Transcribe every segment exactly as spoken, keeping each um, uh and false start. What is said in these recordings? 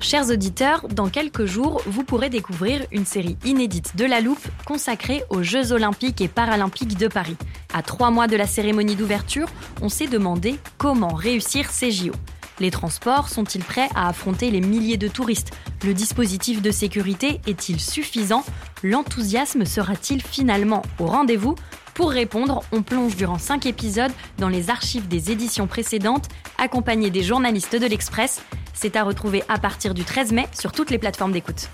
Chers auditeurs, dans quelques jours, vous pourrez découvrir une série inédite de La Loupe consacrée aux Jeux Olympiques et Paralympiques de Paris. À trois mois de la cérémonie d'ouverture, on s'est demandé comment réussir ces J O. Les transports sont-ils prêts à affronter les milliers de touristes ? Le dispositif de sécurité est-il suffisant ? L'enthousiasme sera-t-il finalement au rendez-vous ? Pour répondre, on plonge durant cinq épisodes dans les archives des éditions précédentes, accompagnés des journalistes de l'Express. C'est à retrouver à partir du treize mai sur toutes les plateformes d'écoute.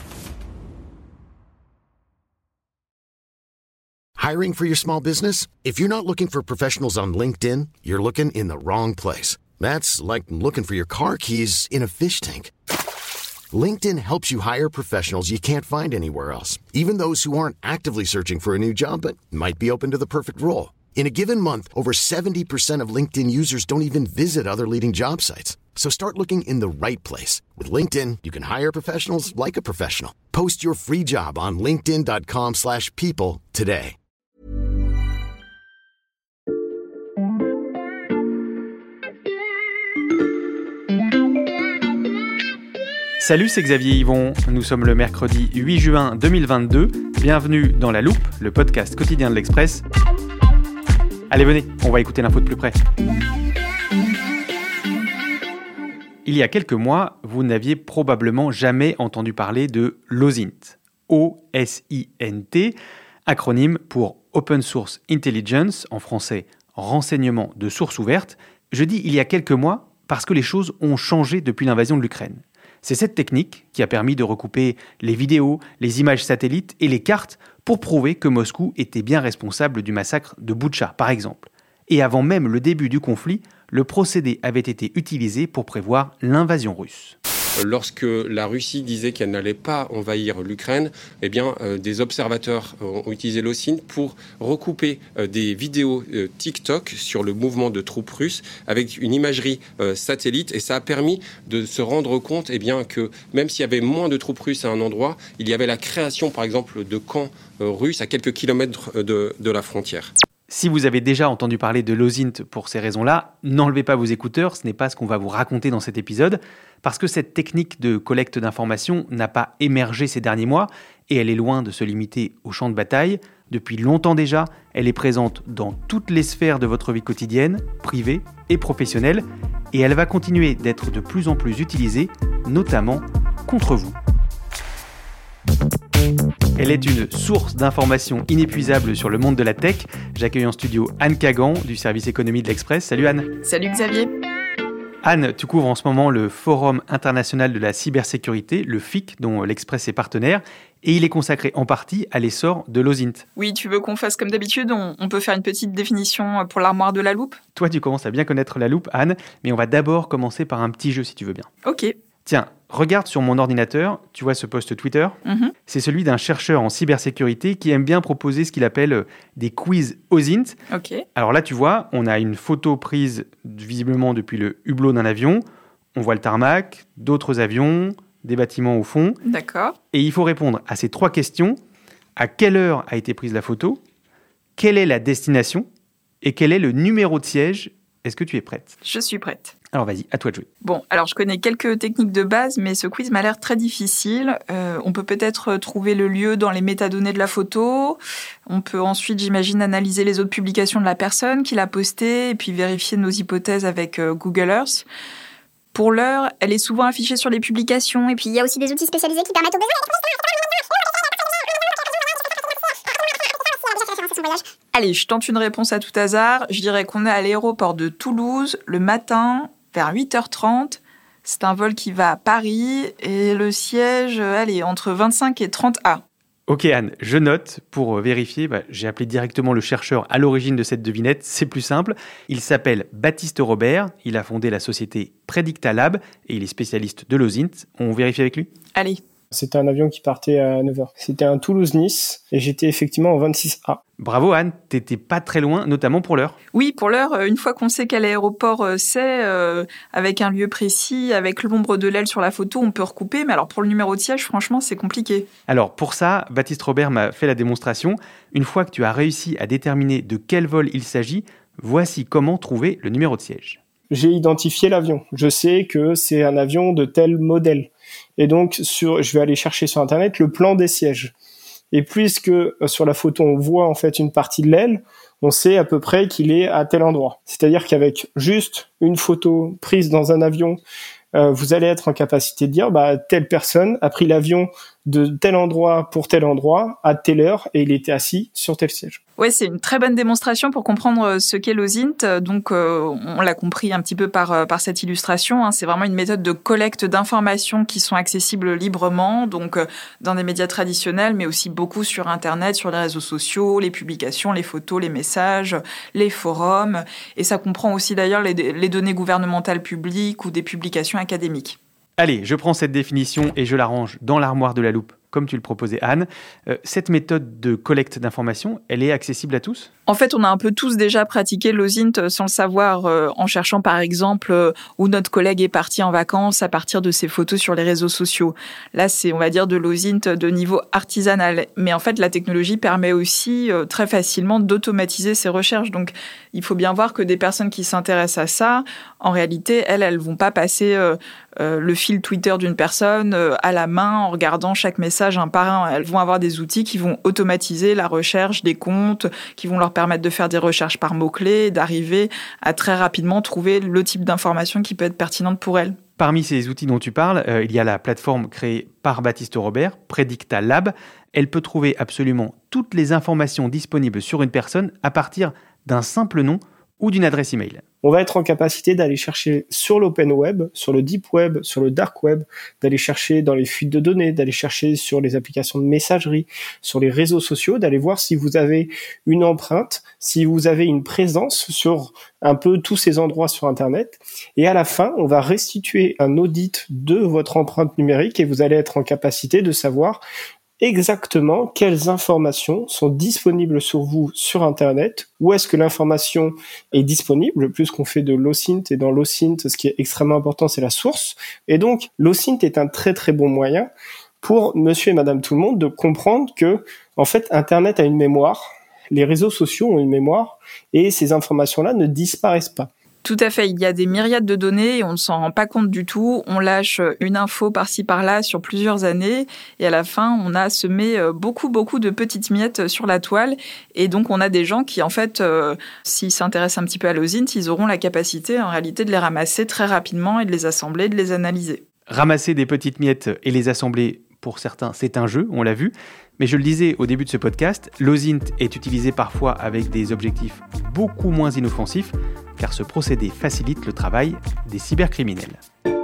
Hiring for your small business? If you're not looking for professionals on LinkedIn, you're looking in the wrong place. That's like looking for your car keys in a fish tank. LinkedIn helps you hire professionals you can't find anywhere else, even those who aren't actively searching for a new job but might be open to the perfect role. In a given month, over seventy percent of LinkedIn users don't even visit other leading job sites. So start looking in the right place. With LinkedIn, you can hire professionals like a professional. Post your free job on linkedin.com slash people today. Salut, c'est Xavier Yvon. Nous sommes le mercredi huit juin deux mille vingt-deux. Bienvenue dans La Loupe, le podcast quotidien de l'Express. Allez, venez, on va écouter l'info de plus près. Il y a quelques mois, vous n'aviez probablement jamais entendu parler de l'OSINT. O S I N T, acronyme pour Open Source Intelligence, en français renseignement de source ouverte. Je dis il y a quelques mois parce que les choses ont changé depuis l'invasion de l'Ukraine. C'est cette technique qui a permis de recouper les vidéos, les images satellites et les cartes pour prouver que Moscou était bien responsable du massacre de Boutcha, par exemple. Et avant même le début du conflit, le procédé avait été utilisé pour prévoir l'invasion russe. Lorsque la Russie disait qu'elle n'allait pas envahir l'Ukraine, eh bien, euh, des observateurs ont utilisé l'OSINT pour recouper euh, des vidéos euh, TikTok sur le mouvement de troupes russes avec une imagerie euh, satellite. Et ça a permis de se rendre compte eh bien, que même s'il y avait moins de troupes russes à un endroit, il y avait la création, par exemple, de camps euh, russes à quelques kilomètres de, de la frontière. Si vous avez déjà entendu parler de l'OSINT pour ces raisons-là, n'enlevez pas vos écouteurs, ce n'est pas ce qu'on va vous raconter dans cet épisode, parce que cette technique de collecte d'informations n'a pas émergé ces derniers mois, et elle est loin de se limiter au champ de bataille. Depuis longtemps déjà, elle est présente dans toutes les sphères de votre vie quotidienne, privée et professionnelle, et elle va continuer d'être de plus en plus utilisée, notamment contre vous. Elle est une source d'informations inépuisable sur le monde de la tech. J'accueille en studio Anne Kagan du service économie de l'Express. Salut Anne. Salut Xavier. Anne, tu couvres en ce moment le Forum international de la cybersécurité, le F I C, dont l'Express est partenaire, et il est consacré en partie à l'essor de l'OSINT. Oui, tu veux qu'on fasse comme d'habitude, on, on peut faire une petite définition pour l'armoire de la loupe ? Toi, tu commences à bien connaître la loupe, Anne, mais on va d'abord commencer par un petit jeu, si tu veux bien. Ok. Tiens, regarde sur mon ordinateur, tu vois ce post Twitter ? Mm-hmm. C'est celui d'un chercheur en cybersécurité qui aime bien proposer ce qu'il appelle des quiz OSINT. Ok. Alors là, tu vois, on a une photo prise visiblement depuis le hublot d'un avion. On voit le tarmac, d'autres avions, des bâtiments au fond. D'accord. Et il faut répondre à ces trois questions. À quelle heure a été prise la photo ? Quelle est la destination ? Et quel est le numéro de siège ? Est-ce que tu es prête ? Je suis prête. Alors vas-y, à toi de jouer. Bon, alors je connais quelques techniques de base, mais ce quiz m'a l'air très difficile. Euh, on peut peut-être trouver le lieu dans les métadonnées de la photo. On peut ensuite, j'imagine, analyser les autres publications de la personne qui l'a postée et puis vérifier nos hypothèses avec euh, Google Earth. Pour l'heure, elle est souvent affichée sur les publications. Et puis il y a aussi des outils spécialisés qui permettent aux besoins. Allez, je tente une réponse à tout hasard. Je dirais qu'on est à l'aéroport de Toulouse le matin, vers huit heures trente. C'est un vol qui va à Paris et le siège, allez, entre vingt-cinq et trente A. Ok Anne, je note. Pour vérifier, bah, j'ai appelé directement le chercheur à l'origine de cette devinette. C'est plus simple. Il s'appelle Baptiste Robert. Il a fondé la société Predictalab et il est spécialiste de l'OSINT. On vérifie avec lui ? Allez. C'était un avion qui partait à neuf heures. C'était un Toulouse-Nice et j'étais effectivement en vingt-six A. Bravo Anne, t'étais pas très loin, notamment pour l'heure. Oui, pour l'heure, une fois qu'on sait quel aéroport c'est, euh, avec un lieu précis, avec l'ombre de l'aile sur la photo, on peut recouper. Mais alors pour le numéro de siège, franchement, c'est compliqué. Alors pour ça, Baptiste Robert m'a fait la démonstration. Une fois que tu as réussi à déterminer de quel vol il s'agit, voici comment trouver le numéro de siège. j'ai identifié l'avion. Je sais que c'est un avion de tel modèle. Et donc, sur, je vais aller chercher sur Internet le plan des sièges. Et puisque sur la photo, on voit en fait une partie de l'aile, on sait à peu près qu'il est à tel endroit. C'est-à-dire qu'avec juste une photo prise dans un avion, euh, vous allez être en capacité de dire bah, telle personne a pris l'avion de tel endroit pour tel endroit à telle heure et il était assis sur tel siège. Ouais, c'est une très bonne démonstration pour comprendre ce qu'est l'OSINT. Donc, euh, on l'a compris un petit peu par par cette illustration. Hein. C'est vraiment une méthode de collecte d'informations qui sont accessibles librement, donc euh, dans des médias traditionnels, mais aussi beaucoup sur Internet, sur les réseaux sociaux, les publications, les photos, les messages, les forums. Et ça comprend aussi d'ailleurs les, les données gouvernementales publiques ou des publications académiques. Allez, je prends cette définition et je la range dans l'armoire de la loupe, comme tu le proposais, Anne. Euh, cette méthode de collecte d'informations, elle est accessible à tous ? En fait, on a un peu tous déjà pratiqué l'OSINT sans le savoir, euh, en cherchant par exemple euh, où notre collègue est parti en vacances à partir de ses photos sur les réseaux sociaux. Là, c'est, on va dire, de l'OSINT de niveau artisanal. Mais en fait, la technologie permet aussi euh, très facilement d'automatiser ces recherches. Donc, il faut bien voir que des personnes qui s'intéressent à ça, en réalité, elles, elles vont pas passer euh, euh, le fil Twitter d'une personne euh, à la main en regardant chaque message un par un. Elles vont avoir des outils qui vont automatiser la recherche des comptes, qui vont leur permettre de faire des recherches par mots-clés, d'arriver à très rapidement trouver le type d'information qui peut être pertinente pour elles. Parmi ces outils dont tu parles, euh, il y a la plateforme créée par Baptiste Robert, Predicta Lab. Elle peut trouver absolument toutes les informations disponibles sur une personne à partir d'un simple nom ou d'une adresse email. On va être en capacité d'aller chercher sur l'open web, sur le deep web, sur le dark web, d'aller chercher dans les fuites de données, d'aller chercher sur les applications de messagerie, sur les réseaux sociaux, d'aller voir si vous avez une empreinte, si vous avez une présence sur un peu tous ces endroits sur Internet. Et à la fin, on va restituer un audit de votre empreinte numérique et vous allez être en capacité de savoir exactement quelles informations sont disponibles sur vous sur Internet, où est-ce que l'information est disponible, puisqu'on fait de l'OSINT, et dans l'OSINT, ce qui est extrêmement important, c'est la source. Et donc, l'OSINT est un très très bon moyen pour monsieur et madame tout le monde de comprendre que, en fait, Internet a une mémoire, les réseaux sociaux ont une mémoire, et ces informations-là ne disparaissent pas. Tout à fait. Il y a des myriades de données et on ne s'en rend pas compte du tout. On lâche une info par-ci par-là sur plusieurs années et à la fin, on a semé beaucoup, beaucoup de petites miettes sur la toile. Et donc, on a des gens qui, en fait, euh, s'ils s'intéressent un petit peu à l'OSINT, ils auront la capacité, en réalité, de les ramasser très rapidement et de les assembler, de les analyser. Ramasser des petites miettes et les assembler, pour certains, c'est un jeu, on l'a vu. Mais je le disais au début de ce podcast, l'OSINT est utilisé parfois avec des objectifs beaucoup moins inoffensifs, car ce procédé facilite le travail des cybercriminels.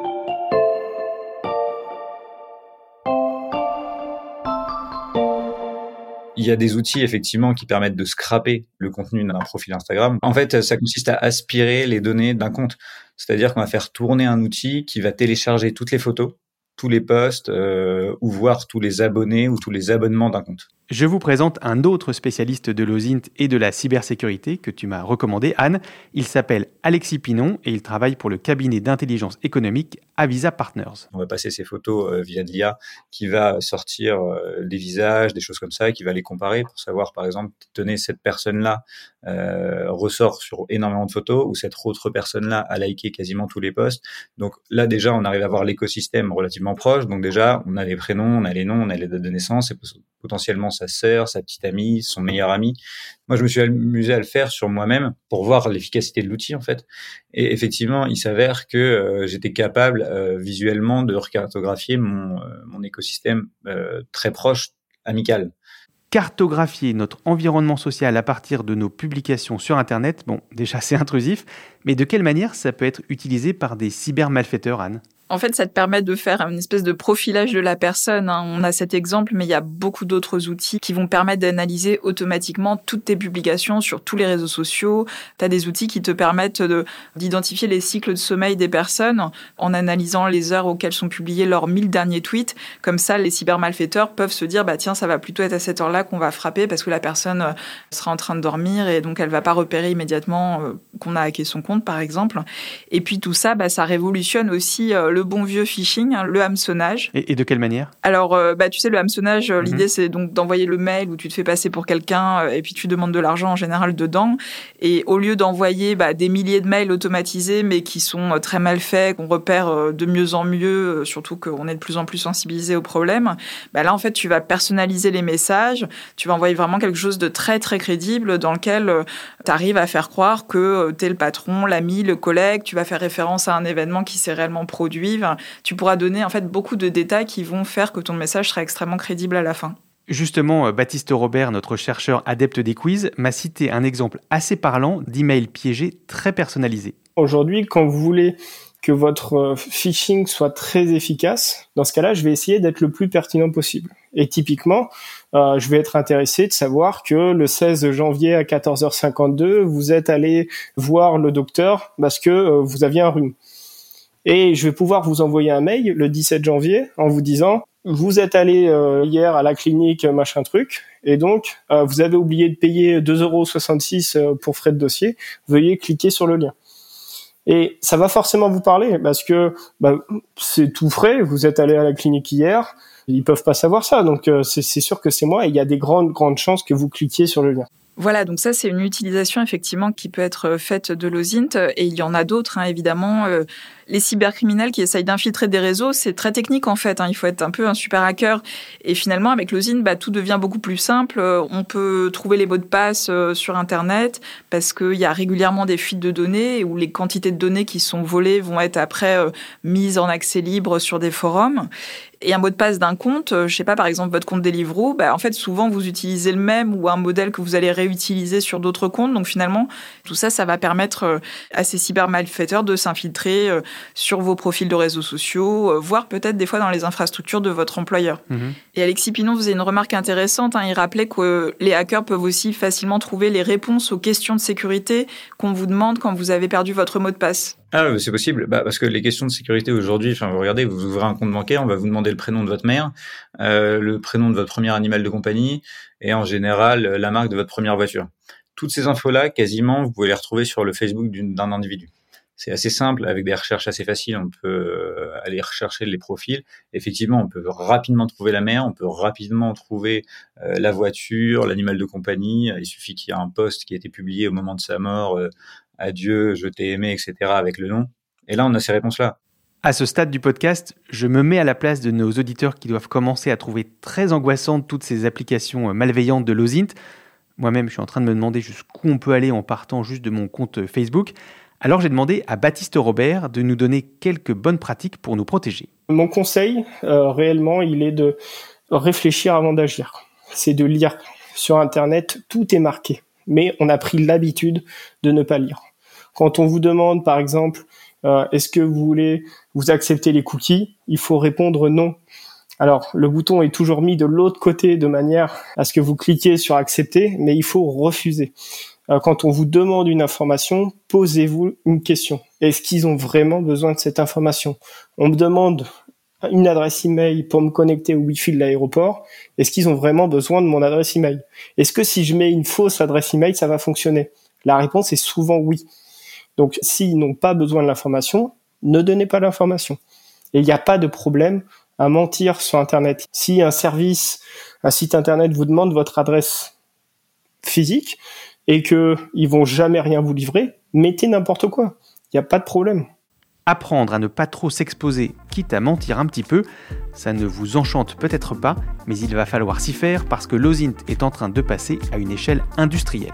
Il y a des outils effectivement qui permettent de scraper le contenu d'un profil Instagram. En fait, ça consiste à aspirer les données d'un compte. C'est-à-dire qu'on va faire tourner un outil qui va télécharger toutes les photos, tous les posts euh, ou voir tous les abonnés ou tous les abonnements d'un compte. Je vous présente un autre spécialiste de l'OSINT et de la cybersécurité que tu m'as recommandé, Anne. Il s'appelle Alexis Pinon et il travaille pour le cabinet d'intelligence économique Avisa Partners. On va passer ces photos euh, via de l'I A qui va sortir euh, des visages, des choses comme ça, qui va les comparer pour savoir, par exemple, tenez, cette personne-là euh, ressort sur énormément de photos ou cette autre personne-là a liké quasiment tous les posts. Donc là, déjà, on arrive à voir l'écosystème relativement proche. Donc déjà, on a les prénoms, on a les noms, on a les dates de naissance et potentiellement sa sœur, sa petite amie, son meilleur ami. Moi, je me suis amusé à le faire sur moi-même pour voir l'efficacité de l'outil, en fait. Et effectivement, il s'avère que euh, j'étais capable euh, visuellement de recartographier mon, euh, mon écosystème euh, très proche, amical. Cartographier notre environnement social à partir de nos publications sur Internet, bon, déjà c'est intrusif, mais de quelle manière ça peut être utilisé par des cybermalfaiteurs, Anne ? En fait, ça te permet de faire une espèce de profilage de la personne. Hein. On a cet exemple, mais il y a beaucoup d'autres outils qui vont permettre d'analyser automatiquement toutes tes publications sur tous les réseaux sociaux. Tu as des outils qui te permettent de, d'identifier les cycles de sommeil des personnes en analysant les heures auxquelles sont publiés leurs mille derniers tweets. Comme ça, les cybermalfaiteurs peuvent se dire, bah tiens, ça va plutôt être à cette heure-là qu'on va frapper parce que la personne sera en train de dormir et donc elle va pas repérer immédiatement qu'on a hacké son compte, par exemple. Et puis tout ça, bah, ça révolutionne aussi le le bon vieux phishing, hein, le hameçonnage. Et, et de quelle manière ? Alors, euh, bah, tu sais, le hameçonnage, Mm-hmm. l'idée, c'est donc d'envoyer le mail où tu te fais passer pour quelqu'un euh, et puis tu demandes de l'argent en général dedans. Et au lieu d'envoyer bah, des milliers de mails automatisés, mais qui sont euh, très mal faits, qu'on repère euh, de mieux en mieux, euh, surtout qu'on est de plus en plus sensibilisé au problème, bah, là, en fait, tu vas personnaliser les messages. Tu vas envoyer vraiment quelque chose de très, très crédible dans lequel euh, tu arrives à faire croire que euh, tu es le patron, l'ami, le collègue. Tu vas faire référence à un événement qui s'est réellement produit. Enfin, tu pourras donner en fait beaucoup de détails qui vont faire que ton message sera extrêmement crédible à la fin. Justement, Baptiste Robert, notre chercheur adepte des quiz, m'a cité un exemple assez parlant d'email piégé très personnalisé. Aujourd'hui, quand vous voulez que votre phishing soit très efficace, dans ce cas-là, je vais essayer d'être le plus pertinent possible. Et typiquement, euh, je vais être intéressé de savoir que le seize janvier à quatorze heures cinquante-deux, vous êtes allé voir le docteur parce que euh, vous aviez un rhume. Et je vais pouvoir vous envoyer un mail le dix-sept janvier en vous disant « Vous êtes allé euh, hier à la clinique machin truc, et donc euh, vous avez oublié de payer deux euros soixante-six pour frais de dossier, veuillez cliquer sur le lien. » Et ça va forcément vous parler parce que bah, c'est tout frais, vous êtes allé à la clinique hier, ils peuvent pas savoir ça, donc euh, c'est, c'est sûr que c'est moi et il y a des grandes, grandes chances que vous cliquiez sur le lien. Voilà, donc ça, c'est une utilisation effectivement qui peut être faite de l'OSINT et il y en a d'autres, hein, évidemment. Euh, les cybercriminels qui essayent d'infiltrer des réseaux, c'est très technique en fait, hein, il faut être un peu un super hacker. Et finalement, avec l'OSINT, bah, tout devient beaucoup plus simple. On peut trouver les mots de passe sur Internet parce qu'il y a régulièrement des fuites de données où les quantités de données qui sont volées vont être après euh, mises en accès libre sur des forums. Et un mot de passe d'un compte, je sais pas, par exemple, votre compte Deliveroo, bah, en fait, souvent, vous utilisez le même ou un modèle que vous allez réutiliser sur d'autres comptes. Donc, finalement, tout ça, ça va permettre à ces cybermalfaiteurs de s'infiltrer sur vos profils de réseaux sociaux, voire peut-être des fois dans les infrastructures de votre employeur. Mmh. Et Alexis Pinon faisait une remarque intéressante. Hein, il rappelait que les hackers peuvent aussi facilement trouver les réponses aux questions de sécurité qu'on vous demande quand vous avez perdu votre mot de passe. Ah, c'est possible, bah, parce que les questions de sécurité aujourd'hui, enfin, vous regardez, vous ouvrez un compte bancaire, on va vous demander le prénom de votre mère, euh, le prénom de votre premier animal de compagnie, et en général, la marque de votre première voiture. Toutes ces infos-là, quasiment, vous pouvez les retrouver sur le Facebook d'une, d'un individu. C'est assez simple, avec des recherches assez faciles, on peut aller rechercher les profils. Effectivement, on peut rapidement trouver la mère, on peut rapidement trouver euh, la voiture, l'animal de compagnie. Il suffit qu'il y ait un post qui a été publié au moment de sa mort, euh, adieu, je t'ai aimé, et cetera, avec le nom. Et là, on a ces réponses-là. À ce stade du podcast, je me mets à la place de nos auditeurs qui doivent commencer à trouver très angoissantes toutes ces applications malveillantes de l'OSINT. Moi-même, je suis en train de me demander jusqu'où on peut aller en partant juste de mon compte Facebook. Alors j'ai demandé à Baptiste Robert de nous donner quelques bonnes pratiques pour nous protéger. Mon conseil, euh, réellement, il est de réfléchir avant d'agir. C'est de lire. Sur Internet, tout est marqué. Mais on a pris l'habitude de ne pas lire. Quand on vous demande, par exemple, euh, est-ce que vous voulez vous accepter les cookies, il faut répondre non. Alors, le bouton est toujours mis de l'autre côté de manière à ce que vous cliquiez sur accepter, mais il faut refuser. Euh, quand on vous demande une information, posez-vous une question. Est-ce qu'ils ont vraiment besoin de cette information ? On me demande une adresse email pour me connecter au Wi-Fi de l'aéroport. Est-ce qu'ils ont vraiment besoin de mon adresse email ? Est-ce que si je mets une fausse adresse email, ça va fonctionner ? La réponse est souvent oui. Donc, s'ils n'ont pas besoin de l'information, ne donnez pas l'information. Et il n'y a pas de problème à mentir sur Internet. Si un service, un site Internet vous demande votre adresse physique et qu'ils vont jamais rien vous livrer, mettez n'importe quoi. Il n'y a pas de problème. Apprendre à ne pas trop s'exposer, quitte à mentir un petit peu, ça ne vous enchante peut-être pas, mais il va falloir s'y faire parce que l'OSINT est en train de passer à une échelle industrielle.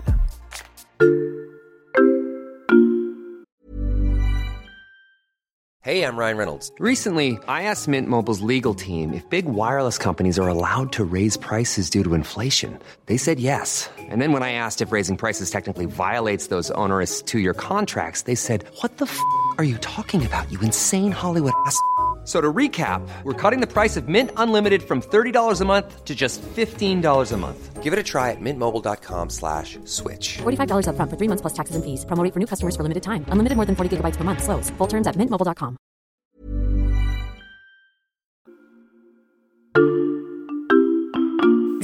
Hey, I'm Ryan Reynolds. Recently, I asked Mint Mobile's legal team if big wireless companies are allowed to raise prices due to inflation. They said yes. And then when I asked if raising prices technically violates those onerous two-year contracts, they said, what the f*** are you talking about, you insane Hollywood ass f- So to recap, we're cutting the price of Mint Unlimited from thirty dollars a month to just fifteen dollars a month. Give it a try at mintmobile.com slash switch. forty-five dollars up front for three months plus taxes and fees. Promo rate for new customers for limited time. Unlimited more than forty gigabytes per month. Slows full terms at mint mobile dot com.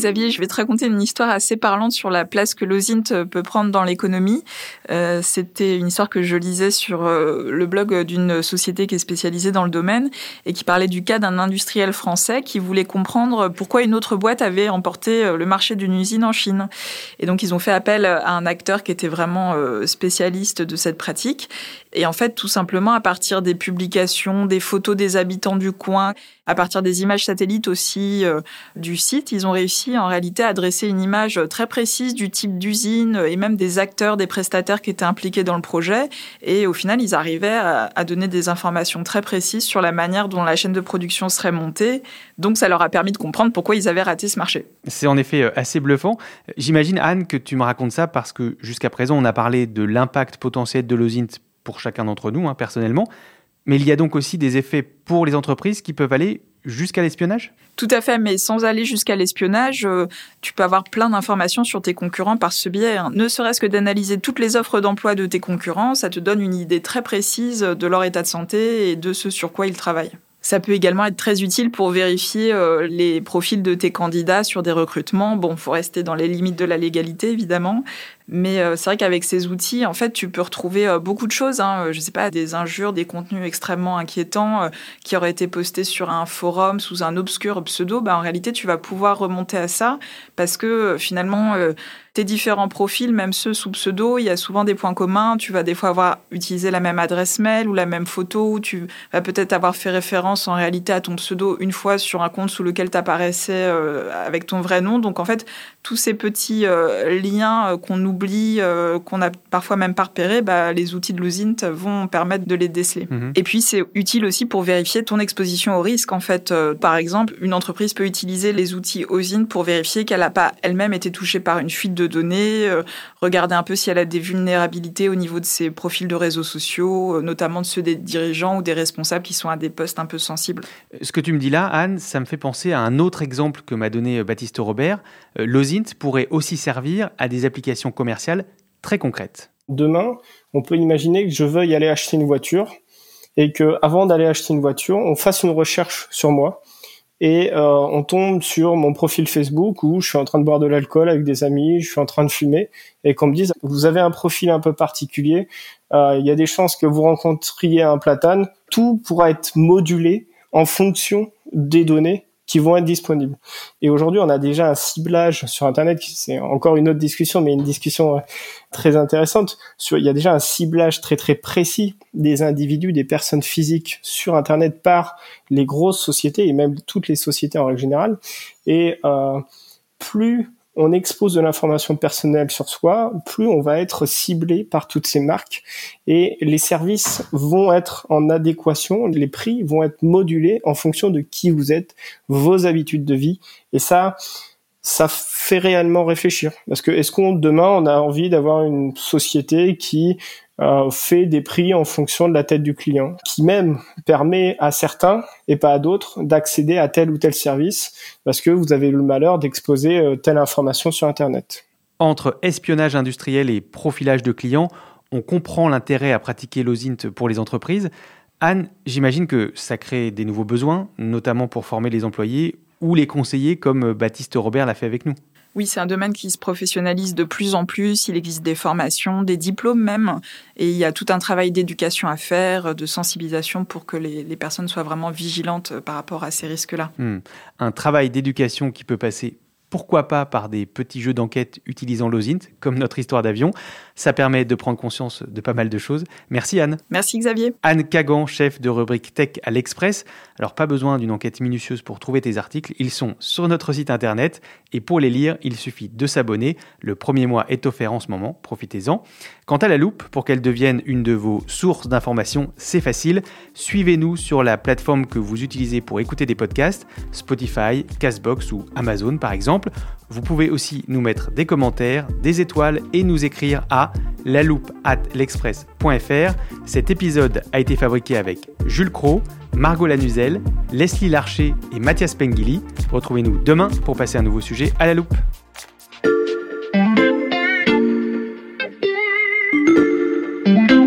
Xavier, je vais te raconter une histoire assez parlante sur la place que l'OSINT peut prendre dans l'économie. Euh, c'était une histoire que je lisais sur euh, le blog d'une société qui est spécialisée dans le domaine et qui parlait du cas d'un industriel français qui voulait comprendre pourquoi une autre boîte avait emporté le marché d'une usine en Chine. Et donc, ils ont fait appel à un acteur qui était vraiment euh, spécialiste de cette pratique. Et en fait, tout simplement, à partir des publications, des photos des habitants du coin, à partir des images satellites aussi euh, du site, ils ont réussi en réalité à dresser une image très précise du type d'usine et même des acteurs, des prestataires qui étaient impliqués dans le projet. Et au final, ils arrivaient à, à donner des informations très précises sur la manière dont la chaîne de production serait montée. Donc, ça leur a permis de comprendre pourquoi ils avaient raté ce marché. C'est en effet assez bluffant. J'imagine, Anne, que tu me racontes ça parce que jusqu'à présent, on a parlé de l'impact potentiel de l'OSINT pour chacun d'entre nous, hein, personnellement. Mais il y a donc aussi des effets pour les entreprises qui peuvent aller jusqu'à l'espionnage ? Tout à fait, mais sans aller jusqu'à l'espionnage, euh, tu peux avoir plein d'informations sur tes concurrents par ce biais. Hein. Ne serait-ce que d'analyser toutes les offres d'emploi de tes concurrents, ça te donne une idée très précise de leur état de santé et de ce sur quoi ils travaillent. Ça peut également être très utile pour vérifier euh, les profils de tes candidats sur des recrutements. Bon, il faut rester dans les limites de la légalité, évidemment. Mais euh, c'est vrai qu'avec ces outils, en fait, tu peux retrouver euh, beaucoup de choses. Hein. Je ne sais pas, des injures, des contenus extrêmement inquiétants euh, qui auraient été postés sur un forum sous un obscur pseudo. Bah, en réalité, tu vas pouvoir remonter à ça parce que euh, finalement, euh, tes différents profils, même ceux sous pseudo, il y a souvent des points communs. Tu vas des fois avoir utilisé la même adresse mail ou la même photo. Ou tu vas peut-être avoir fait référence en réalité à ton pseudo une fois sur un compte sous lequel tu apparaissais euh, avec ton vrai nom. Donc, en fait, tous ces petits euh, liens euh, qu'on oublie, euh, qu'on a parfois même pas repérés, bah, les outils de l'OSINT vont permettre de les déceler. Mmh. Et puis, c'est utile aussi pour vérifier ton exposition au risque. En fait, euh, par exemple, une entreprise peut utiliser les outils OSINT pour vérifier qu'elle n'a pas elle-même été touchée par une fuite de données, euh, regarder un peu si elle a des vulnérabilités au niveau de ses profils de réseaux sociaux, euh, notamment de ceux des dirigeants ou des responsables qui sont à des postes un peu sensibles. Ce que tu me dis là, Anne, ça me fait penser à un autre exemple que m'a donné Baptiste Robert. Euh, L'OSINT pourrait aussi servir à des applications commerciales très concrètes. Demain, on peut imaginer que je veuille aller acheter une voiture et que, avant d'aller acheter une voiture, on fasse une recherche sur moi et euh, on tombe sur mon profil Facebook où je suis en train de boire de l'alcool avec des amis, je suis en train de fumer et qu'on me dise vous avez un profil un peu particulier, euh, il y a des chances que vous rencontriez un platane. Tout pourra être modulé en fonction des données qui vont être disponibles. Et aujourd'hui, on a déjà un ciblage sur Internet, c'est encore une autre discussion, mais une discussion très intéressante. Sur, il y a déjà un ciblage très très précis des individus, des personnes physiques sur Internet par les grosses sociétés et même toutes les sociétés en règle générale. Et euh, plus on expose de l'information personnelle sur soi, plus on va être ciblé par toutes ces marques et les services vont être en adéquation, les prix vont être modulés en fonction de qui vous êtes, vos habitudes de vie. Et ça, ça fait réellement réfléchir. Parce que est-ce qu'on, demain, on a envie d'avoir une société qui euh, fait des prix en fonction de la tête du client, qui même permet à certains et pas à d'autres d'accéder à tel ou tel service parce que vous avez le malheur d'exposer euh, telle information sur Internet. Entre espionnage industriel et profilage de clients, on comprend l'intérêt à pratiquer l'OSINT pour les entreprises. Anne, j'imagine que ça crée des nouveaux besoins, notamment pour former les employés ou les conseiller comme Baptiste Robert l'a fait avec nous. Oui, c'est un domaine qui se professionnalise de plus en plus. Il existe des formations, des diplômes même. Et il y a tout un travail d'éducation à faire, de sensibilisation pour que les, les personnes soient vraiment vigilantes par rapport à ces risques-là. Mmh. Un travail d'éducation qui peut passer, pourquoi pas, par des petits jeux d'enquête utilisant l'OSINT, comme notre histoire d'avion. Ça permet de prendre conscience de pas mal de choses. Merci Anne. Merci Xavier. Anne Kagan, chef de rubrique Tech à l'Express. Alors pas besoin d'une enquête minutieuse pour trouver tes articles. Ils sont sur notre site internet et pour les lire, il suffit de s'abonner. Le premier mois est offert en ce moment, profitez-en. Quant à la loupe, pour qu'elle devienne une de vos sources d'informations, c'est facile. Suivez-nous sur la plateforme que vous utilisez pour écouter des podcasts, Spotify, Castbox ou Amazon par exemple. Vous pouvez aussi nous mettre des commentaires, des étoiles et nous écrire à la loupe arobase l'express point f r. Cet épisode a été fabriqué avec Jules Cros, Margot Lanuzel, Leslie Larcher et Mathias Pengili. Retrouvez-nous demain pour passer un nouveau sujet à la loupe. Thank you.